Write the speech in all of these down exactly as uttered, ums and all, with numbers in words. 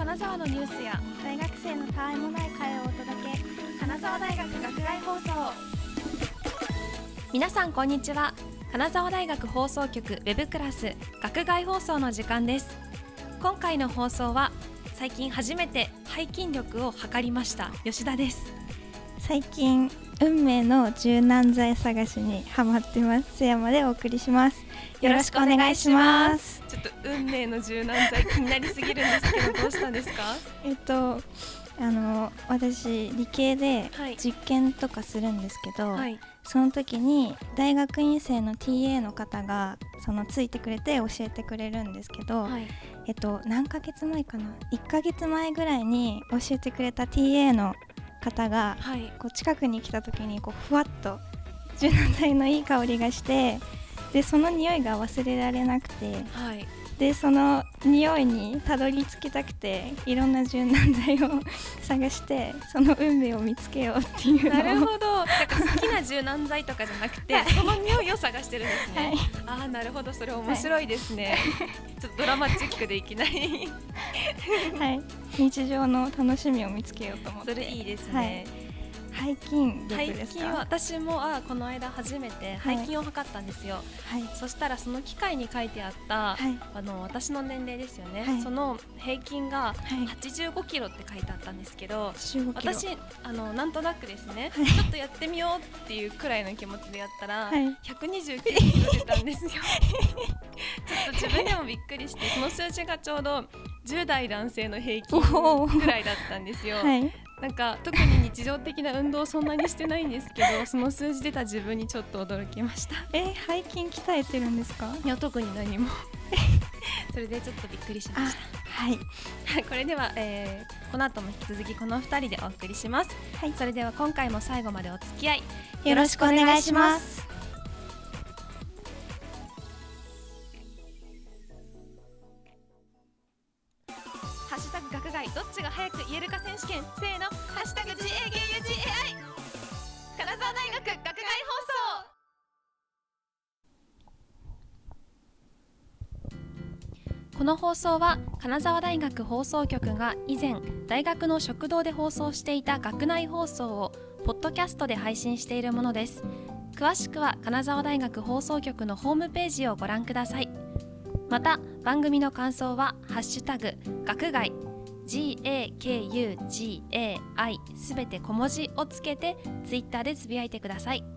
金沢のニュースや大学生のたわいもない会をお届け、 金沢大学学外放送。皆さんこんにちは。金沢大学放送局ウェブクラス学外放送の時間です。今回の放送は最近初めて背筋力を測りました吉田です。 最近運命の柔軟剤探しにハマってます。瀬山でお送りします。よろしくお願いします。 ちょっと運命の柔軟剤気になりすぎるんですけどどうしたんですか？ えっとあの私理系で実験とかするんですけど、はい、その時に大学院生の ティーエー の方がそのついてくれて教えてくれるんですけど、はい、えっと何ヶ月前かな、いっかげつまえぐらいに教えてくれた ティーエー の方が、はい、こう近くに来た時にこうふわっと柔軟剤のいい香りがして、でその匂いが忘れられなくて、はい、でその匂いにたどり着きたくていろんな柔軟剤を探してその運命を見つけようっていうのを。 なるほど。なんか好きな柔軟剤とかじゃなくて、はい、その匂いを探してるんですね、はい、ああなるほど、それ面白いですね、はい、ちょっとドラマチックでいきなりはい、日常の楽しみを見つけようと思って。 それいいですね、 はい、背筋力ですか？ 背筋は私もあこの間初めて背筋を測ったんですよ、はい、そしたらその機械に書いてあった、はい、あの私の年齢ですよね、はい、その平均がはちじゅうごキロって書いてあったんですけど、はい、私あのなんとなくですね、はい、ちょっとやってみようっていうくらいの気持ちでやったら、はい、ひゃくにじゅうきゅうキロ出たんですよちょっと自分でもびっくりして、その数字がちょうどじゅう代男性の平均くらいだったんですよ、はい、なんか特に日常的な運動をそんなにしてないんですけどその数字出た自分にちょっと驚きました。 え背筋鍛えてるんですか？ いや特に何もそれでちょっとびっくりしました。 はい、 これでは、えー、この後も引き続きこのふたりでお送りします、はい、それでは今回も最後までお付き合いよろしくお願いします。 ハッシュタグ学外どっちが早く言えるか選手権、せーのハッシュタグ ジーエーケーユージーエーアイ 金沢大学学外放送。この放送は金沢大学放送局が以前大学の食堂で放送していた学内放送をポッドキャストで配信しているものです。詳しくは金沢大学放送局のホームページをご覧ください。また番組の感想はハッシュタグ学外 ジーエーケーユージーエーアイ すべて小文字をつけてツイッターでつぶやいてください。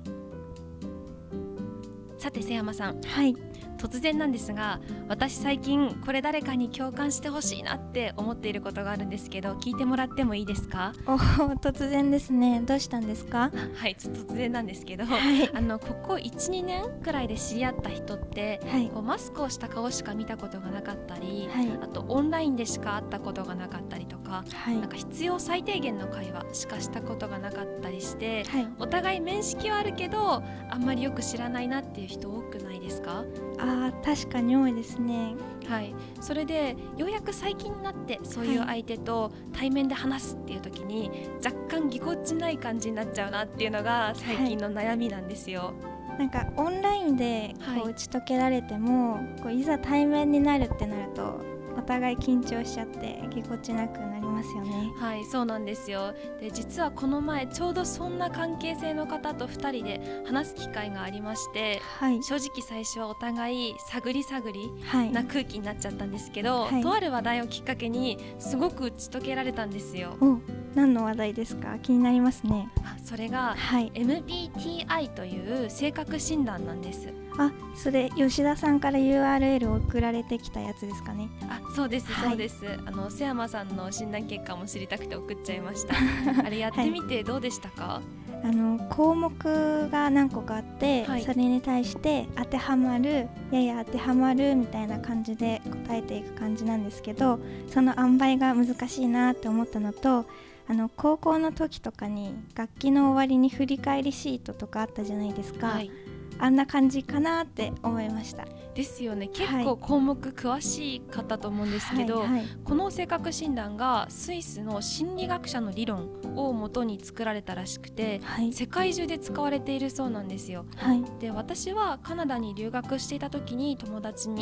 さて瀬山さん、はい、突然なんですが私最近これ誰かに共感してほしいなって思っていることがあるんですけど聞いてもらってもいいですか？ お突然ですね。どうしたんですか？ はいちょっと突然なんですけど、はい、あのここ いちにねんくらいで知り合った人って、はい、こうマスクをした顔しか見たことがなかったり、はい、あとオンラインでしか会ったことがなかったりとか、はい、なんか必要最低限の会話しかしたことがなかったりして、はい、お互い面識はあるけどあんまりよく知らないなっていう人多くないですか？ あー確かに多いですね。 はい、それでようやく最近になってそういう相手と対面で話すっていう時に、はい、若干ぎこちない感じになっちゃうなっていうのが最近の悩みなんですよ、 はい、なんかオンラインでこう打ち解けられても、はい、こういざ対面になるってなるとお互い緊張しちゃってぎこちなくなりますよね。 はいそうなんですよ。で実はこの前ちょうどそんな関係性の方とふたりで話す機会がありまして、はい、正直最初はお互い探り探りな空気になっちゃったんですけど、はい、とある話題をきっかけにすごく打ち解けられたんですよ。 お何の話題ですか？気になりますね。 それが、はい、エムビーティーアイ という性格診断なんです。 あそれ吉田さんから ユーアールエル 送られてきたやつですかね？ あそうですそうです、はい、あの瀬山さんの診断結果も知りたくて送っちゃいましたあれやってみてどうでしたか？はい、 あの項目が何個かあって、はい、それに対して当てはまるやや当てはまるみたいな感じで答えていく感じなんですけど、その塩梅が難しいなって思ったのと、あの高校の時とかに学期の終わりに振り返りシートとかあったじゃないですか、はい、あんな感じかなって思いました。 ですよね。結構項目詳しい方と思うんですけど、はいはいはい、この性格診断がスイスの心理学者の理論を元に作られたらしくて、はい、世界中で使われているそうなんですよ、はい、で私はカナダに留学していた時に友達に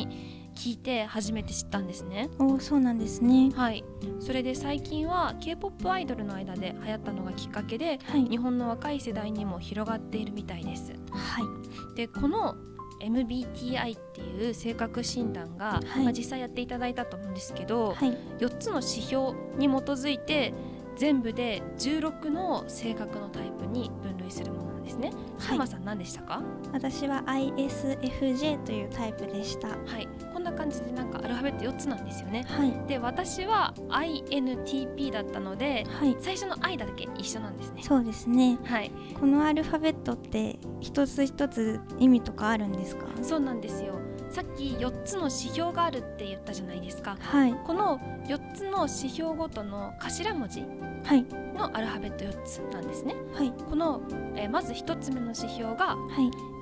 聞いて初めて知ったんですね。 お、そうなんですね。 はい、それで最近は ケーポップ アイドルの間で流行ったのがきっかけで、はい、日本の若い世代にも広がっているみたいです。 はい、 でこの エムビーティーアイ っていう性格診断が、はい、まあ、実際やっていただいたと思うんですけど、はい、よっつの指標に基づいて全部でじゅうろくの性格のタイプに分類するものなんですね。さまさん何でしたか？ 私は アイエスエフジェー というタイプでした。 はい、こんな感じでなんかアルファベットよっつなんですよね。 はい、 で私は アイエヌティーピー だったので、はい、最初の I だけ一緒なんですね。 そうですね。 はい、 このアルファベットって一つ一つ意味とかあるんですか？ そうなんですよ。さっきよっつの指標があるって言ったじゃないですか。 はい、 このよっつの指標ごとの頭文字のアルファベットよっつなんですね。はい、この、えー、まずひとつめの指標が、はい、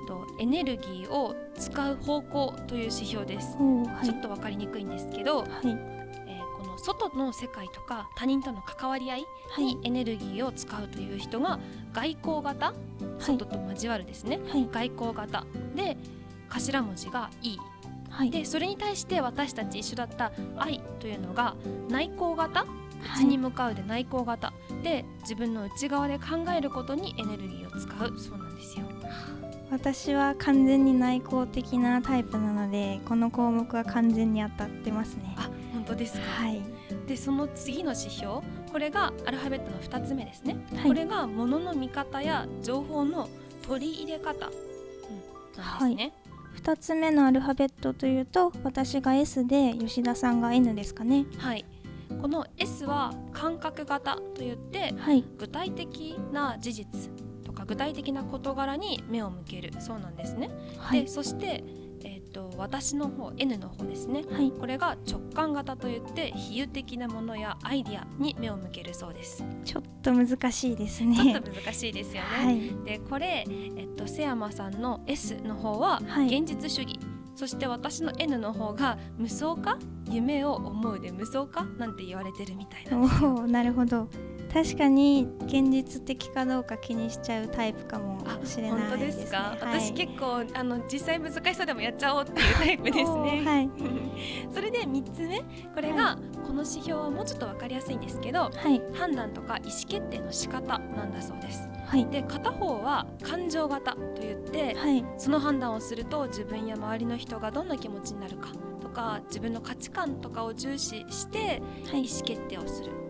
とエネルギーを使う方向という指標です。はい、ちょっと分かりにくいんですけど、はい、えー、この外の世界とか他人との関わり合いにエネルギーを使うという人が外交型、はい、外と交わるですね、はい、外交型で頭文字が E、はい、でそれに対して私たち一緒だった I というのが内向型、内に向かうで内向型で自分の内側で考えることにエネルギーを使うそうなんですよ。 私は完全に内向的なタイプなのでこの項目は完全に当たってますね。 あ、本当ですか？ はい、 でその次の指標、これがアルファベットのふたつめですね。はい、これが物の見方や情報の取り入れ方、うん、なんですね。はい、 ふたつめのアルファベットというと私が エス で吉田さんが エヌ ですかね。 はい、この エス は感覚型といって、はい、具体的な事実とか具体的な事柄に目を向けるそうなんですね。はい、でそして、えー、と私の方 エヌ の方ですね、はい、これが直感型といって比喩的なものやアイディアに目を向けるそうです。 ちょっと難しいですね。 ちょっと難しいですよね。はい、でこれ、えっと、瀬山さんの エス の方は現実主義、はい、そして私の エヌ の方が無双化、夢を思うで無双化なんて言われてるみたいなんですよ。 お、なるほど。確かに現実的かどうか気にしちゃうタイプかもしれないですね。 本当ですか？ はい、 私結構あの実際難しさでもやっちゃおうっていうタイプですね。はい、それでみっつめ、これが、はい、この指標はもうちょっと分かりやすいんですけど、はい、判断とか意思決定の仕方なんだそうです。はい、で片方は感情型といって、はい、その判断をすると自分や周りの人がどんな気持ちになるかとか自分の価値観とかを重視して意思決定をする、はい、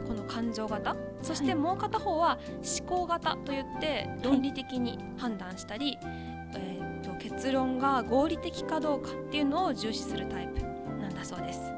この感情型。そしてもう片方は思考型といって論理的に判断したり、はい、えー、と結論が合理的かどうかっていうのを重視するタイプなんだそうです。はい、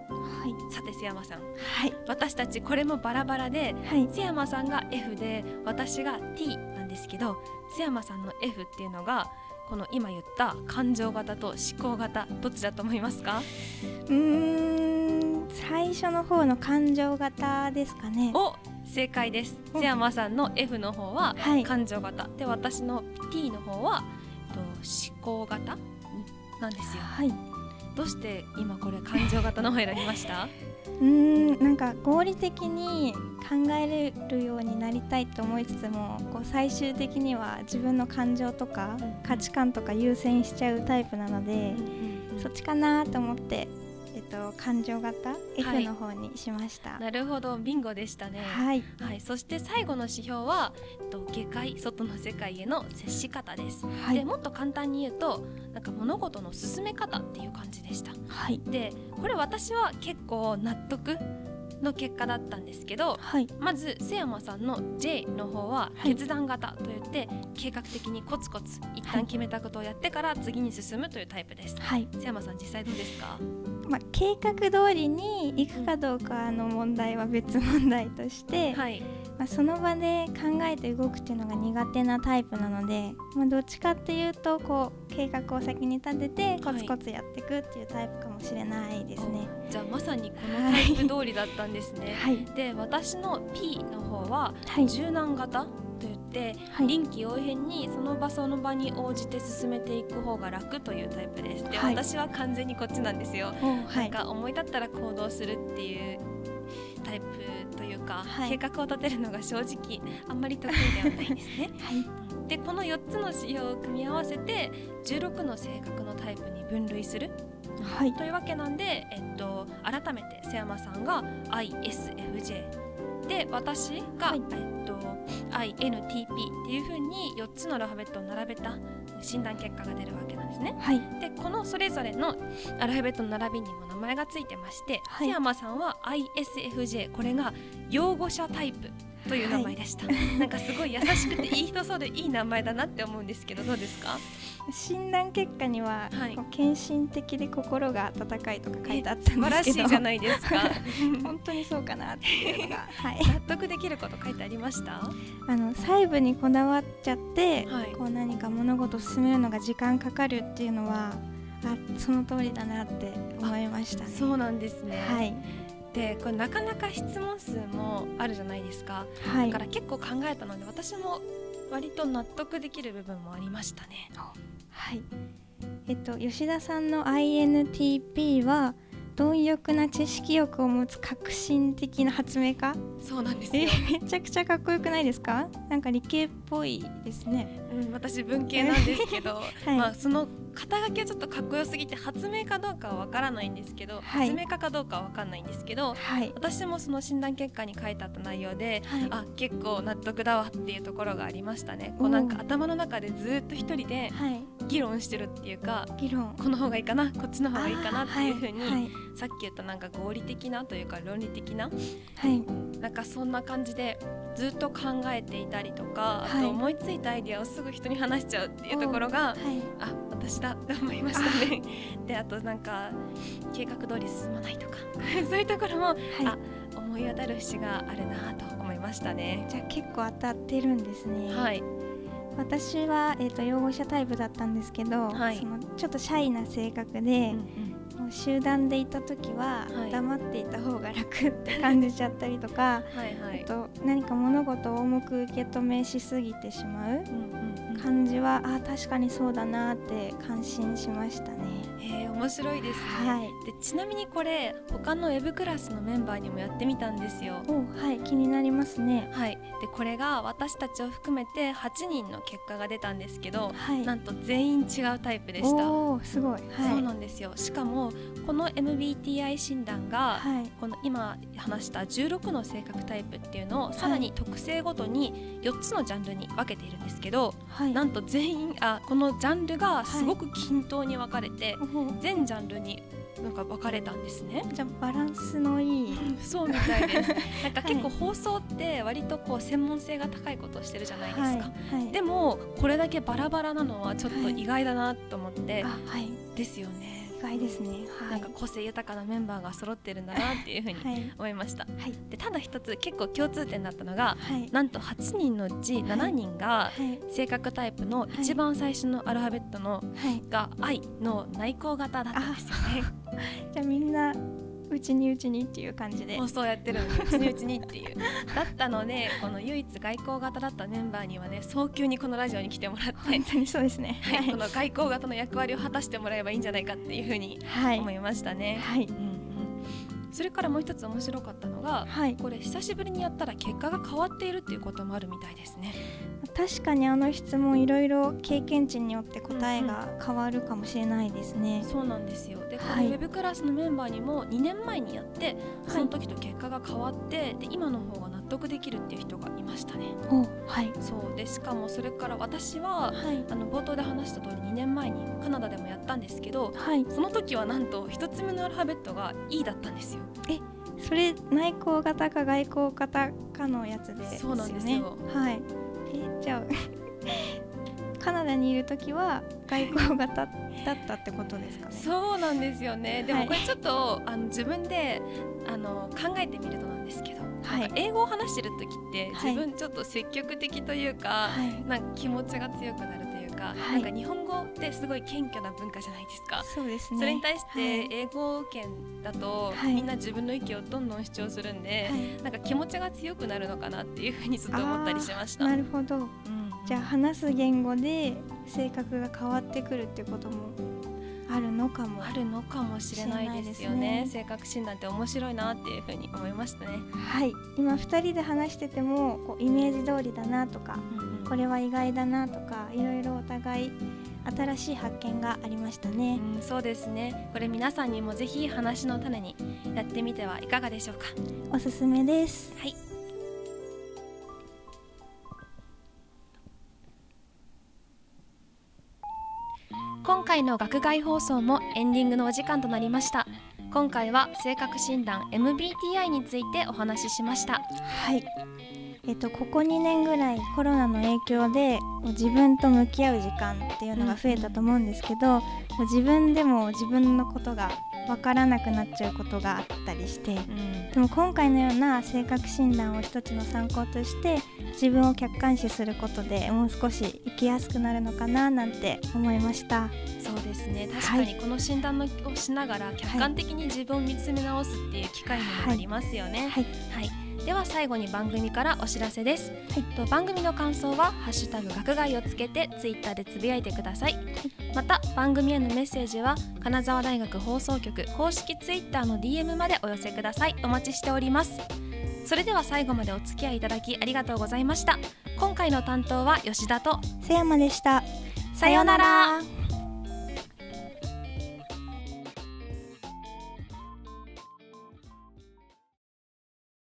さて瀬山さん、はい、私たちこれもバラバラで、はい、瀬山さんが エフ で私が ティー なんですけど、瀬山さんの エフ っていうのがこの今言った感情型と思考型、どっちだと思いますか？ うーん、最初の方の感情型ですかね。 お、正解です。瀬山さんの エフ の方は感情型、はい、で私の ティー の方はと思考型なんですよ。はい、どうして今これ感情型の方を選びました？ うーん、なんか合理的に考えれるようになりたいと思いつつも、こう最終的には自分の感情とか価値観とか優先しちゃうタイプなので、うんうんうん、そっちかなと思って、えっと、感情型 エフ の方にしました。 はい、なるほど、ビンゴでしたね。 はい、 はい、そして最後の指標は、えっと、外界、外の世界への接し方です。はい、でもっと簡単に言うとなんか物事の進め方っていう感じでした。はい、でこれ私は結構納得の結果だったんですけど、はい、まず瀬山さんの ジェイ の方は決断型といって、はい、計画的にコツコツ一旦決めたことをやってから次に進むというタイプです。はい、瀬山さん実際どうですか？ まあ、計画通りに行くかどうかの問題は別問題として、はい、まあ、その場で考えて動くっていうのが苦手なタイプなので、まあ、どっちかっていうとこう計画を先に立ててコツコツやっていくっていうタイプかもしれないですね。はい、 じゃあまさにこのタイプ通りだったんですね。はい、で私の ピー の方は柔軟型といって、はい、臨機応変にその場その場に応じて進めていく方が楽というタイプです。で、はい、私は完全にこっちなんですよ。はい、なんか思い立ったら行動するっていうタイプというか、はい、計画を立てるのが正直あんまり得意ではないですね。はい、 でこのよっつの指標を組み合わせてじゅうろくの性格のタイプに分類する、はい、というわけなんで、えっと、改めて瀬山さんが アイエスエフジェー で私が、はい、えっと、アイエヌティーピー っていう風によっつのアルファベットを並べた診断結果が出るわけなんですね、はい、でこのそれぞれのアルファベットの並びにも名前がついてまして、はい、瀬山さんは アイエスエフジェー、 これが擁護者タイプという名前でした、はい、なんかすごい優しくていい人そうでいい名前だなって思うんですけど、どうですか？ 診断結果には、はい、献身的で心が温かいとか書いてあったんですけど、素晴らしいじゃないですか本当にそうかなっていうのが、はい、 納得できること書いてありました？ あの細部にこだわっちゃって、はい、こう何か物事を進めるのが時間かかるっていうのはあその通りだなって思いましたね。 そうなんですね、 はい、 でこれなかなか質問数もあるじゃないですか、はい、だから結構考えたので私も割と納得できる部分もありましたね。 はい、えっと、吉田さんの アイエヌティーピー は貪欲な知識欲を持つ革新的な発明家。 そうなんですよ。 めちゃくちゃかっこよくないですか？なんか理系っぽいですね、 うん、私文系なんですけど、はい、まあ、その肩書きはちょっとかっこよすぎて発明かどうかはわからないんですけど、はい、発明家かどうかはわかんないんですけど、はい、私もその診断結果に書いてあった内容で、はい、あ結構納得だわっていうところがありましたね。こうなんか頭の中でずっと一人で議論してるっていうか、議論この方がいいかなこっちの方がいいかなっていう風に、はいはい、さっき言ったなんか合理的なというか論理的な、はい、なんかそんな感じでずっと考えていたりとか、はい、あと思いついたアイディアをすぐ人に話しちゃうっていうところが、はい、あ私だと思いましたね。であとなんか計画通り進まないとかそういうところも、はい、あ思い当たる節があるなと思いましたね。 じゃあ結構当たってるんですね。 はい、 私は、えーと、擁護者タイプだったんですけど、はい、そのちょっとシャイな性格で、うんうん、もう集団でいた時は、はい、黙っていた方が楽って感じちゃったりとかはい、はい、あと何か物事を重く受け止めしすぎてしまう感じは、うんうんうん、あ確かにそうだなって感心しましたね。 へー面白いですね、はい、でちなみにこれ他のウェブクラスのメンバーにもやってみたんですよ。 おはい気になりますね。 はい、でこれが私たちを含めてはちにんの結果が出たんですけど、はい、なんと全員違うタイプでした。 おーすごい、はい、 そうなんですよ。しかもこの エムビーティーアイ 診断が、はい、この今話したじゅうろくの性格タイプっていうのをさらに特性ごとによっつのジャンルに分けているんですけど、はい、なんと全員あこのジャンルがすごく均等に分かれて、はい、全ジャンルになんか分かれたんですね。 じゃあバランスのいいそうみたいですなんか結構放送って割とこう専門性が高いことをしてるじゃないですか、はいはい、でもこれだけバラバラなのはちょっと意外だなと思って、はい、ですよね。 意外ですね、 はい、なんか個性豊かなメンバーが揃ってるんだなっていうふうに思いました、はい、でただ一つ結構共通点だったのが、はい、なんとはちにんのうちしちにんが性格タイプの一番最初のアルファベットの、はい、が I の内向型だったんですよね。 じゃあみんなうちにうちにっていう感じでもうそうやってるのにうちにうちにっていうだったのでこの唯一外交型だったメンバーにはね早急にこのラジオに来てもらって本当にそうですね、 はい、この外交型の役割を果たしてもらえばいいんじゃないかっていうふうに思いましたね。はい、はい、うんうん、それからもう一つ面白かったのが、はい、これ久しぶりにやったら結果が変わっているっていうこともあるみたいですね。 確かにあの質問いろいろ経験値によって答えが変わるかもしれないですね、 うんうん、そうなんですよ。でこのウェブクラスのメンバーにもにねんまえにやってその時と結果が変わって、はい、で今の方が納得できるっていう人がいましたね。 お、はい、 そうでしかもそれから私は、はい、あの冒頭で話した通りにねんまえにカナダでもやったんですけど、はい、その時はなんとひとつめのアルファベットが E だったんですよ。 えそれ内向型か外向型かのやつですよね。 そうなんですよ、 はい、えじゃあカナダにいるときは外交型だったってことですかね。 そうなんですよね。でもこれちょっと、はい、あの自分であの考えてみるとなんですけど、はい、なんか英語を話してるときって自分ちょっと積極的というか、はい、なんか気持ちが強くなるというか、はい、なんか日本語ってすごい謙虚な文化じゃないですか。 そうですね。 それに対して英語圏だと、はい、みんな自分の意見をどんどん主張するんで、はい、なんか気持ちが強くなるのかなっていうふうにちょっと思ったりしました。 なるほど、うん、じゃあ話す言語で性格が変わってくるってこともあるのかもあるのかもしれないですよね。性格診断って面白いなっていうふうに思いましたね。 はい、今ふたりで話しててもこうイメージ通りだなとか、うんうん、 これは意外だなとか、いろいろお互い新しい発見がありましたね。 うん、そうですね。これ皆さんにもぜひ話の種にやってみてはいかがでしょうか。 おすすめです。 はい。今回の学外放送もエンディングのお時間となりました。今回は性格診断 エムビーティーアイ についてお話ししました。 はい、えっと、ここにねんぐらいコロナの影響で自分と向き合う時間っていうのが増えたと思うんですけど、うん、自分でも自分のことが分からなくなっちゃうことがあったりして、うん、でも今回のような性格診断を一つの参考として自分を客観視することでもう少し生きやすくなるのかななんて思いました。 そうですね、確かにこの診断をしながら客観的に自分を見つめ直すっていう機会にもなりますよね。はい、はいはい、では最後に番組からお知らせです。はい、と番組の感想はハッシュタグ学外をつけてツイッターでつぶやいてください。はい、また番組へのメッセージは金沢大学放送局公式ツイッターの ディーエム までお寄せください。お待ちしております。それでは最後までお付き合いいただきありがとうございました。今回の担当は吉田と瀬山でした。 さようなら。